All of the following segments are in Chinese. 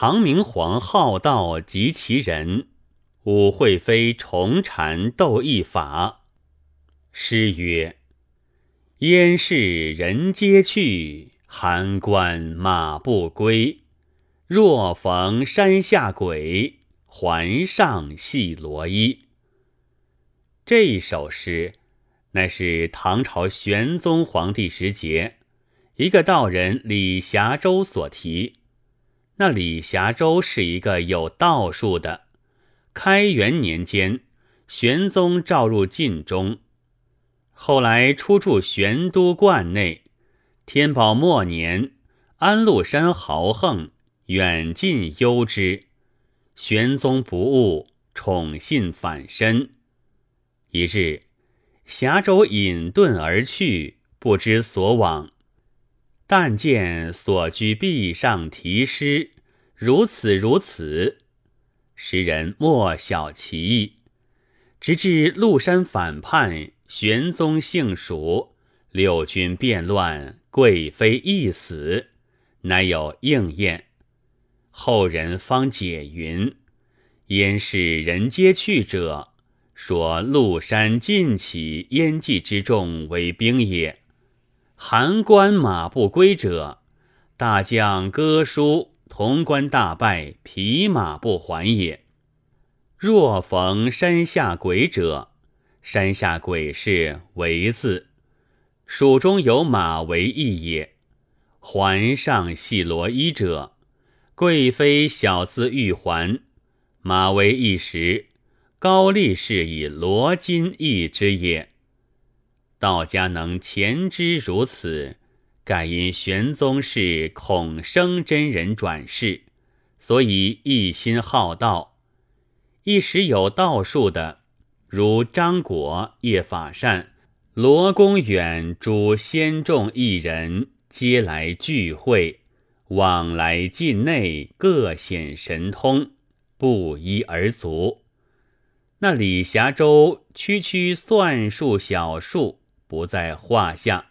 唐明皇好道及其人，武惠妃重禅斗一法。诗曰：燕市人皆去，函关马不归。若逢山下鬼，环上系罗衣。这一首诗乃是唐朝玄宗皇帝时节，一个道人李霞洲所题。那李霞洲是一个有道术的。开元年间，玄宗召入禁中，后来出驻玄都观内。天宝末年，安禄山豪横，远近忧之，玄宗不悟，宠信反身。一日，霞洲隐遁而去，不知所往。但见所居壁上题诗，如此如此。诗人莫晓其意，直至禄山反叛，玄宗幸蜀，六军变乱，贵妃亦死，乃有应验。后人方解云：燕市人皆去者，说禄山尽起燕骑之众为兵也。函关马不归者，大将歌书，潼关大败，匹马不还也。若逢山下鬼者，山下鬼是为字，蜀中有马为义也。环上系罗衣者，贵妃小资玉环，马为义时，高力士以罗金义之也。道家能前之如此，盖因玄宗是孔生真人转世，所以一心好道。一时有道术的，如张果、叶法善、罗公远诸仙众一人，皆来聚会，往来境内，各显神通，不一而足。那李霞洲区区算术小术，不在话下。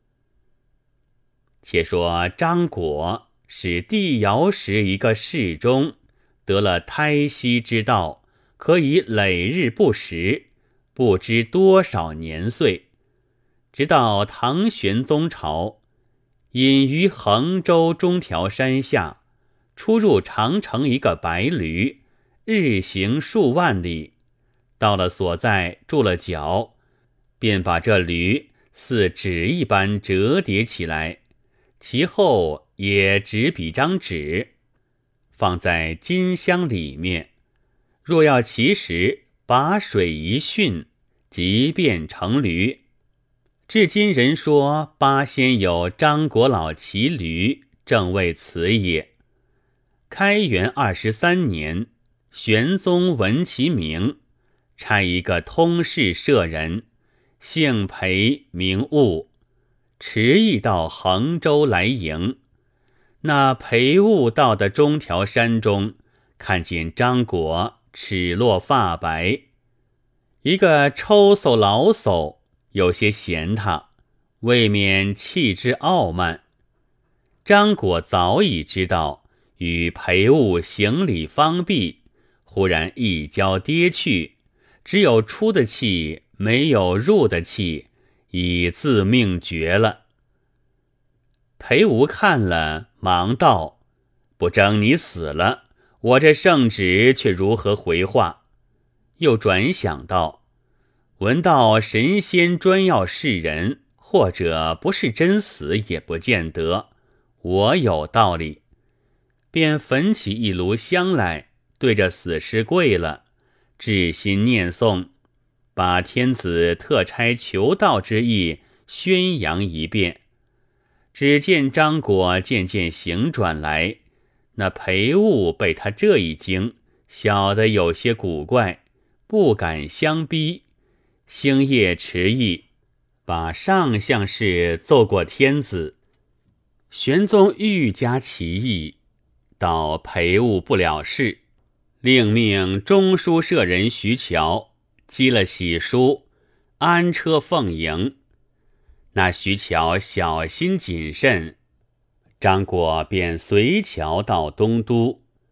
且说张果是帝尧时一个侍中，得了胎息之道，可以累日不食，不知多少年岁。直到唐玄宗朝，隐于衡州中条山下，出入长城一个白驴，日行数万里。到了所在，住了脚，便把这驴似纸一般折叠起来，其后也只比张纸，放在金箱里面。若要骑时，把水一训，即变成驴。至今人说八仙有张果老骑驴，正为此也。开元23年，玄宗闻其名，差一个通事舍人，姓裴名务，迟意到衡州来迎。那裴务到的中条山中，看见张果齿落发白，一个抽嗖老叟，有些嫌他，未免气之傲慢。张果早已知道，与裴务行礼方毕，忽然一跤跌去，只有出的气，没有入的气，已自命绝了。裴吴看了，忙道：不争你死了，我这圣旨却如何回话？又转想到，闻道神仙专要世人，或者不是真死也不见得，我有道理，便焚起一炉香来，对着死尸跪了，至心念诵，把天子特差求道之意宣扬一遍。只见张果渐渐醒转来，那裴务被他这一惊，晓得有些古怪，不敢相逼，星夜迟疑，把上相事奏过天子。玄宗愈加奇异，道裴务不了事，另命中书舍人徐乔积了喜书，安车奉迎。那徐乔小心谨慎，张果便随乔到东都，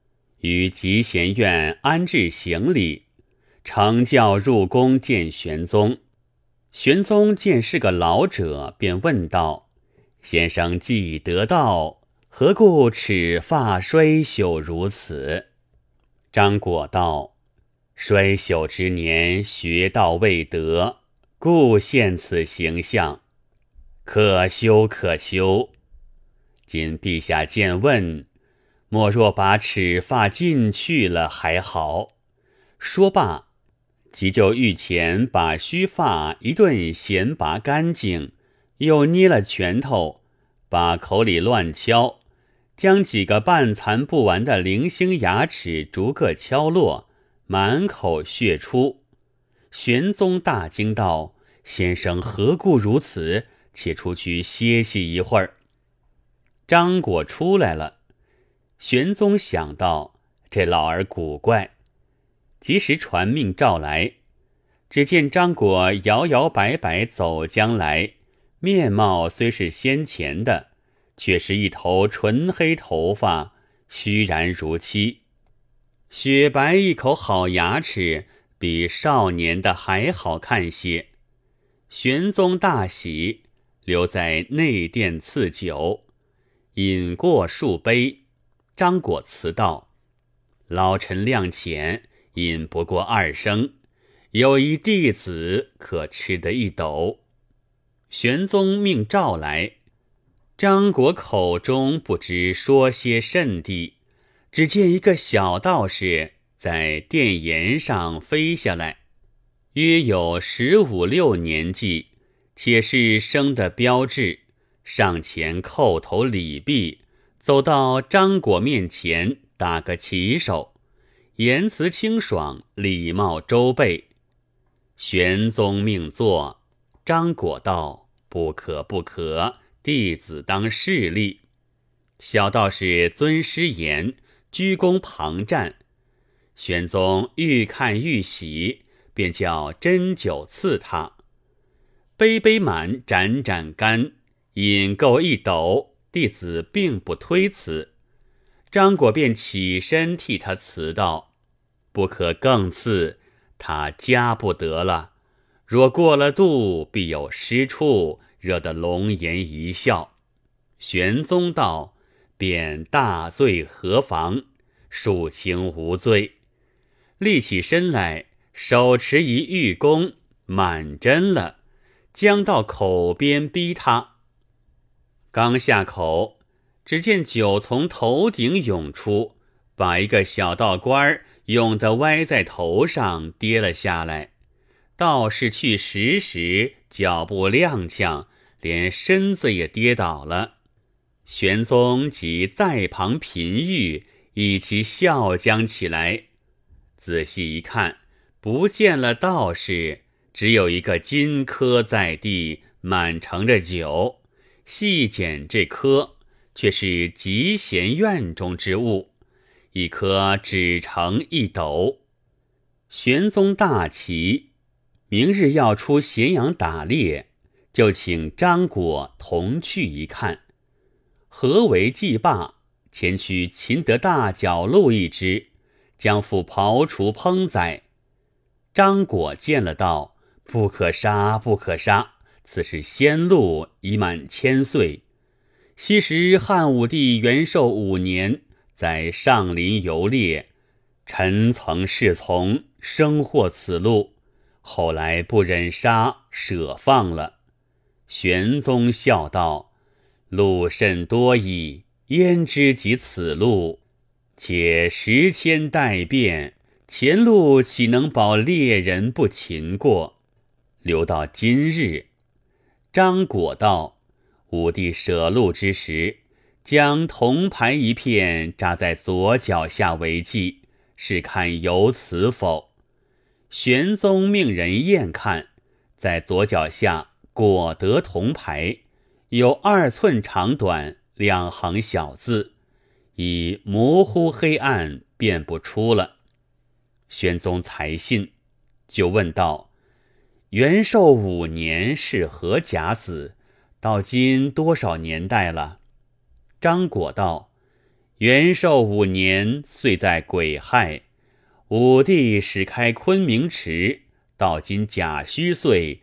于集贤院安置行李，乘轿入宫见玄宗。玄宗见是个老者，便问道：先生既已得道，何故齿发衰朽如此？张果道：衰朽之年，学道未得，故现此形象，可修可修。今陛下见问，莫若把齿发尽去了还好。说罢，即就御前把须发一顿闲拔干净，又捏了拳头，把口里乱敲，将几个半残不完的零星牙齿逐个敲落，满口血出。玄宗大惊道：先生何故如此？且出去歇息一会儿。张果出来了，玄宗想到这老儿古怪，及时传命召来。只见张果摇摇摆摆走将来，面貌虽是先前的，却是一头纯黑头发，虚然如漆，雪白一口好牙齿，比少年的还好看些。玄宗大喜，留在内殿赐酒，饮过数杯。张果辞道：老臣量浅，饮不过2升，有一弟子可吃得1斗。玄宗命召来，张果口中不知说些甚地，只见一个小道士在殿檐上飞下来，约有15、16年纪，且是生的标致，上前叩头礼毕，走到张果面前，打个旗手，言辞清爽，礼貌周备。玄宗命坐，张果道：不可不可，弟子当势立。小道士遵师言，鞠躬旁站。玄宗愈看愈喜，便叫斟酒赐他，杯杯满，盏盏干，饮够1斗，弟子并不推辞。张果便起身替他辞道：不可更赐，他加不得了，若过了度，必有失处，惹得龙颜一笑。玄宗道：便大罪何妨，恕卿无罪。立起身来，手持一玉弓，满针了，将到口边逼他。刚下口，只见酒从头顶涌出，把一个小道官涌得歪在头上，跌了下来。道士去拾时，脚步踉跄，连身子也跌倒了。玄宗即在旁嫔御，一起笑将起来。仔细一看，不见了道士，只有一个金科在地，满盛着酒。细检这科，却是集贤院中之物，一颗只盛1斗。玄宗大奇，明日要出咸阳打猎，就请张果同去一看。合为既罢，前去擒得大角鹿1只，将复刨除烹宰。张果见了道：不可杀，不可杀，此是仙鹿，已满1000岁。昔时汉武帝元寿5年，在上林游猎，臣曾侍从，生获此鹿，后来不忍杀，舍放了。玄宗笑道：鹿甚多矣，焉知及此鹿？且10千代变，前路岂能保猎人不擒过？留到今日。张果道：武帝舍鹿之时，将铜牌1片扎在左脚下为记，是看有此否？玄宗命人验看，在左脚下果得铜牌，有2寸长短，2行小字，已模糊黑暗，辨不出了。玄宗才信，就问道：元寿5年是何甲子？到今多少年代了？张果道： 元寿5年，岁在癸亥，武帝始开昆明池，到今甲戌岁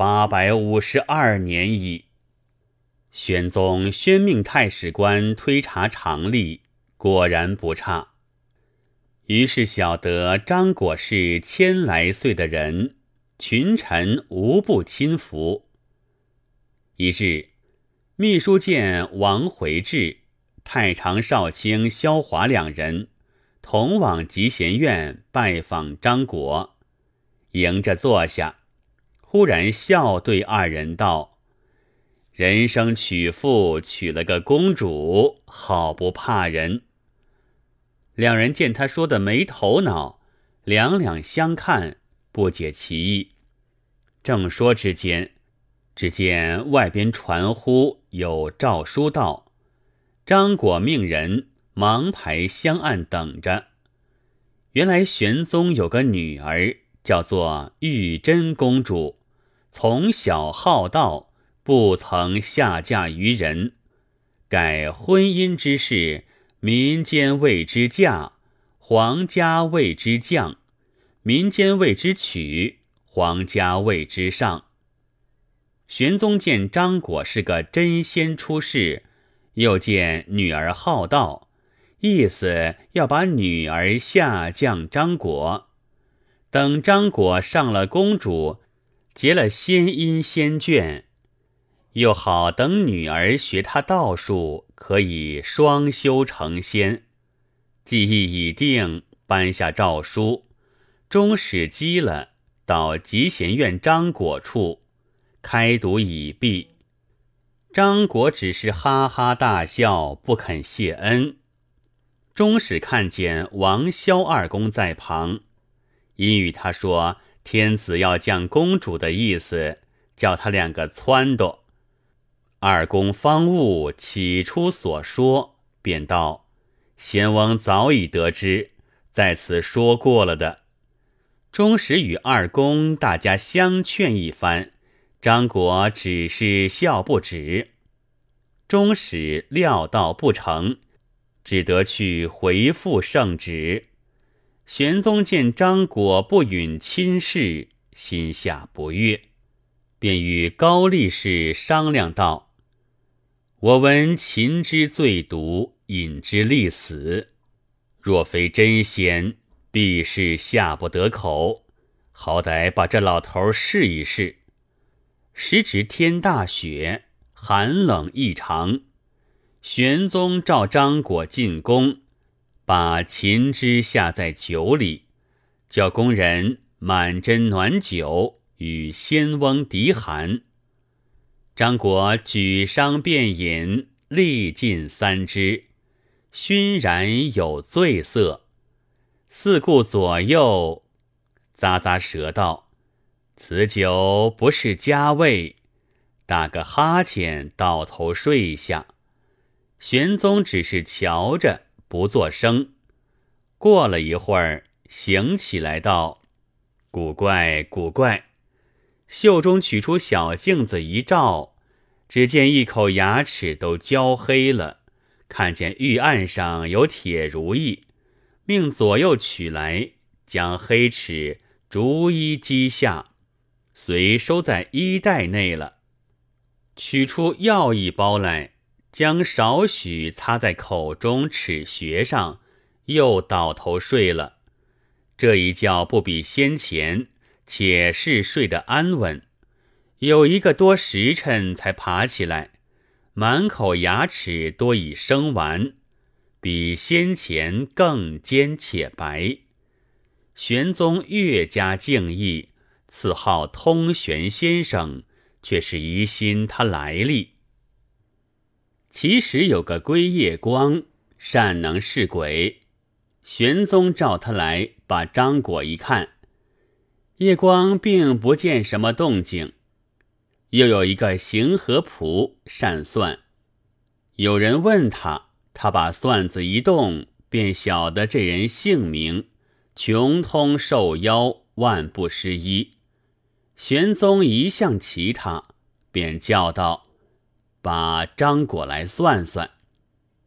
852年矣。玄宗宣命太史官推查常例，果然不差。于是晓得张果是1000来岁的人，群臣无不亲服。一日，秘书监王回至，太常少卿萧华2人同往集贤院拜访张果，迎着坐下，忽然笑对2人道：“人生娶妇，娶了个公主，好不怕人。”2人见他说的没头脑，两两相看，不解其意。正说之间，只见外边传呼有诏书到，张果命人忙排香案等着。原来玄宗有个女儿，叫做玉真公主，从小好道，不曾下嫁于人，改婚姻之事，民间谓之嫁，皇家谓之降；民间谓之娶，皇家谓之上。玄宗见张果是个真仙出世，又见女儿好道，意思要把女儿下降张果。等张果上了公主，结了仙姻仙眷，又好等女儿学他道术，可以双修成仙。计议已定，颁下诏书，终使积了，到集贤院张果处，开读已毕。张果只是哈哈大笑，不肯谢恩。终使看见王萧2公在旁，因与他说天子要降公主的意思，叫他2个撺掇。2公方悟起初所说，便道：“贤翁早已得知，在此说过了的。”终使与2公大家相劝一番，张果只是笑不止。终使料到不成，只得去回复圣旨。玄宗见张果不允亲事，心下不悦，便与高力士商量道：“我闻秦之最毒，引之立死，若非真仙，必是下不得口，好歹把这老头试一试。”时值天大雪，寒冷异常。玄宗召张果进宫，把秦之下在酒里，叫工人满斟暖酒，与仙翁敌寒。张果举觞便饮，力尽3支，熏然有醉色，四顾左右，咂咂舌道：“此酒不是佳味。”打个哈欠，倒头睡下。玄宗只是瞧着，不作声。过了一会儿，醒起来道：“古怪，古怪！”袖中取出小镜子一照，只见一口牙齿都焦黑了，看见玉案上有铁如意，命左右取来，将黑齿逐一击下，遂收在衣袋内了。取出药一包来，将少许擦在口中齿穴上，又倒头睡了。这一觉不比先前，且是睡得安稳。有1个多时辰才爬起来，满口牙齿多已生完，比先前更尖且白。玄宗越加敬意，赐号通玄先生，却是疑心他来历。其实有个归夜光，善能视鬼。玄宗召他来，把张果一看，夜光并不见什么动静。又有一个行和仆善算，有人问他，他把算子一动，便晓得这人姓名，穷通寿夭，万不失一。玄宗一向其他，便叫道：“把张果来算算。”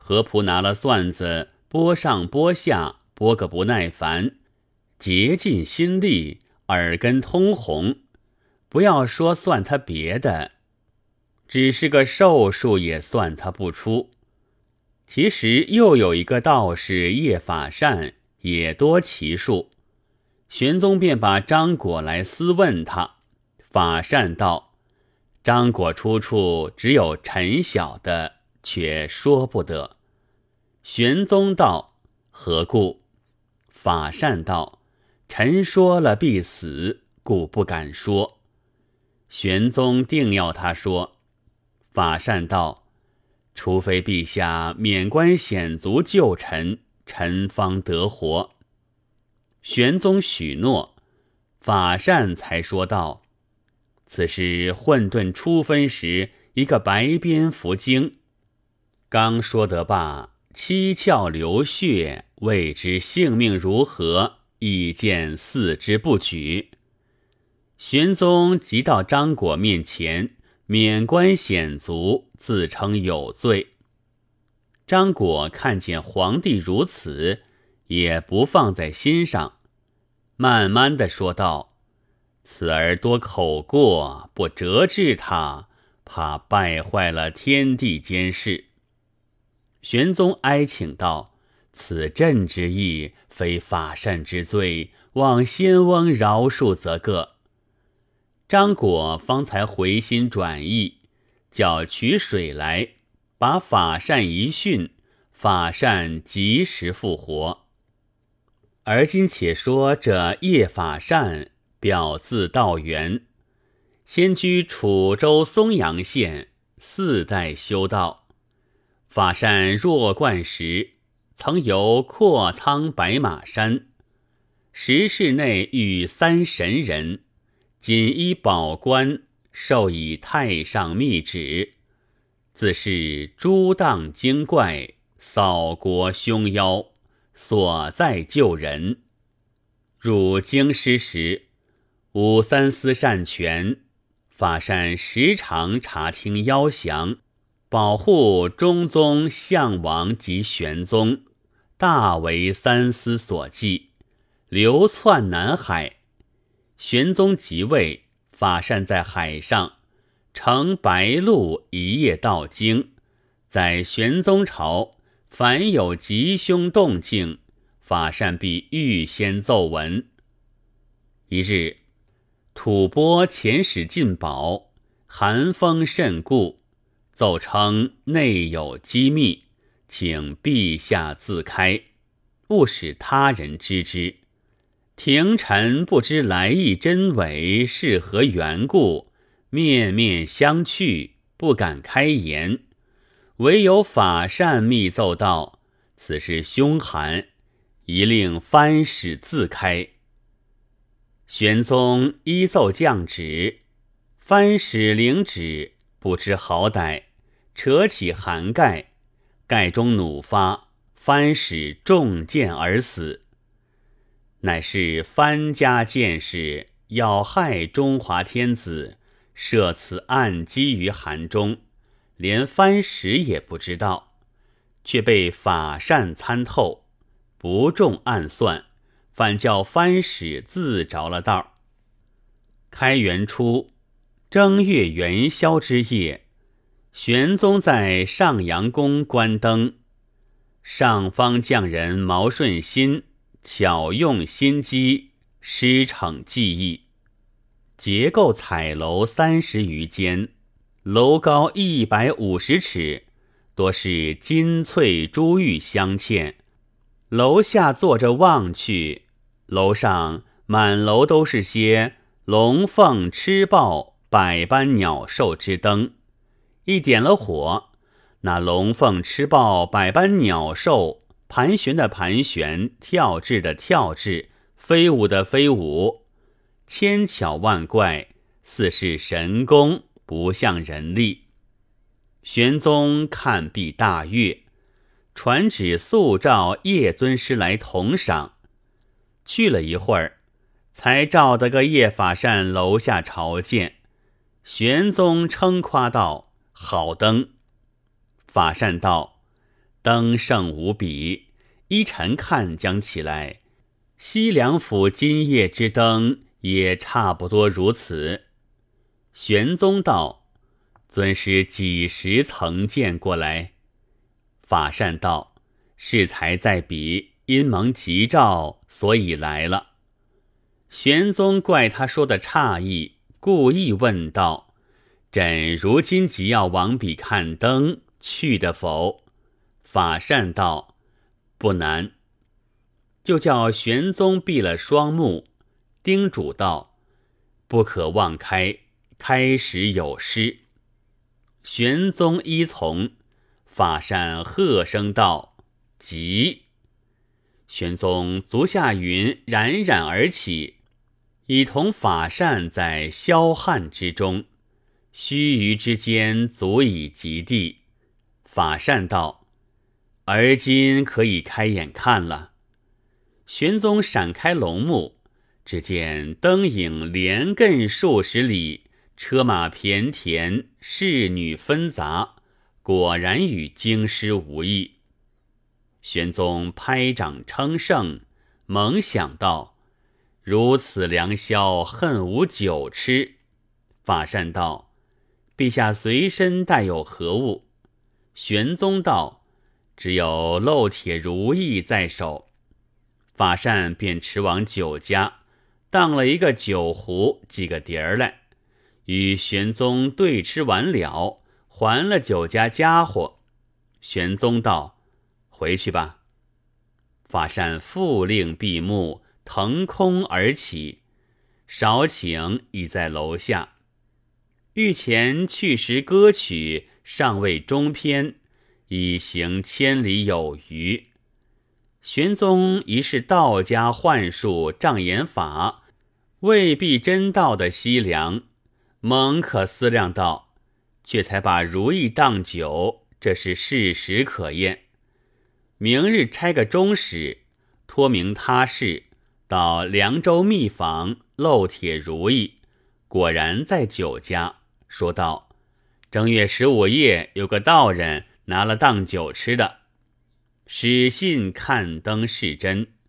何仆拿了算子，拨上拨下，拨个不耐烦，竭尽心力，耳根通红。不要说算他别的，只是个寿数也算他不出。其实又有一个道士叶法善，也多奇术。玄宗便把张果来私问他。法善道：张果出处只有臣晓的，却说不得。玄宗道：何故？法善道：臣说了必死，故不敢说。玄宗定要他说。法善道：除非陛下免官显族救臣，臣方得活。玄宗许诺。法善才说道：此是混沌初分时，一个白鞭符经。刚说得罢，七窍流血，未知性命如何，意见四之不举。玄宗即到张果面前，免官显族，自称有罪。张果看见皇帝如此，也不放在心上，慢慢地说道：此儿多口过，不折治他，怕败坏了天地间事。玄宗哀请道：此朕之意，非法善之罪，望先翁饶恕则个。张果方才回心转意，叫取水来，把法善一训，法善及时复活。而今且说这叶法善，表字道元，先居楚州松阳县，4代修道。法善弱冠时，曾游阔苍白马山，时室内遇3神人，锦衣宝冠，授以太上密旨，自是诸荡精怪，扫国凶妖，所在救人。入京师时，武三思擅权，法善时常察听妖降，保护中宗、相王及玄宗，大为三思所忌，流窜南海。玄宗即位，法善在海上乘白鹭一夜到京，在玄宗朝，凡有吉凶动静，法善必预先奏闻。一日，吐蕃遣使进宝，寒风甚故，奏称内有机密，请陛下自开，勿使他人知之。廷臣不知来意真伪，是何缘故，面面相觑，不敢开言。唯有法善密奏道：此事凶寒，宜令藩使自开。玄宗依奏降旨，藩使领旨，不知好歹，扯起函盖，盖中弩发，藩使中箭而死。乃是藩家剑士要害中华天子，设此暗机于函中，连藩使也不知道，却被法善参透，不中暗算，反叫藩使自着了道。开元初，正月元宵之夜，玄宗在上阳宫观灯，上方匠人毛顺新巧用心机，施惩技艺，结构彩楼30余间，楼高150尺，多是金翠珠玉镶嵌。楼下坐着望去，楼上满楼都是些龙凤螭豹百般鸟兽之灯。一点了火，那龙凤螭豹百般鸟兽盘旋的盘旋，跳掷的跳掷，飞舞的飞舞，千巧万怪，似是神功，不像人力。玄宗看毕大悦，传旨速召叶尊师来同赏。去了一会儿，才召得个叶法善楼下朝见。玄宗称夸道：好灯。法善道： 灯盛无比。依臣看将起来，西凉府今夜之灯也差不多如此。玄宗道：尊师几时曾见过来？法善道：适才在彼，因蒙急召，所以来了。玄宗怪他说的诧异，故意问道：朕如今即要往彼看灯，去得否？法善道：不难。就叫玄宗闭了双目，叮嘱道：不可妄开，开时有失。玄宗依从，法善喝声道：急！玄宗足下云冉冉而起，已同法善在霄汉之中，须臾之间足以及地。法善道：而今可以开眼看了。玄宗闪开龙目，只见灯影连亘数十里，车马骈田，侍女纷杂，果然与京师无异。玄宗拍掌称圣，猛想道：如此良宵，恨无酒吃。法善道：陛下随身带有何物？玄宗道：只有漏铁如意在手。法善便驰往酒家，当了一个酒壶，几个碟儿来，与玄宗对吃完了，还了酒家家伙。玄宗道：回去吧。法善复令闭目，腾空而起，少顷已在楼下。御前去时歌曲，尚未中篇，已行千里有余。玄宗疑是道家幻术障眼法，未必真道的西凉，猛可思量道：却才把如意当酒，这是事实可验。明日差个中使，托名他事，到凉州密访，漏铁如意，果然在酒家，说道：正月15夜有个道人拿了当酒吃的。使信看灯是真，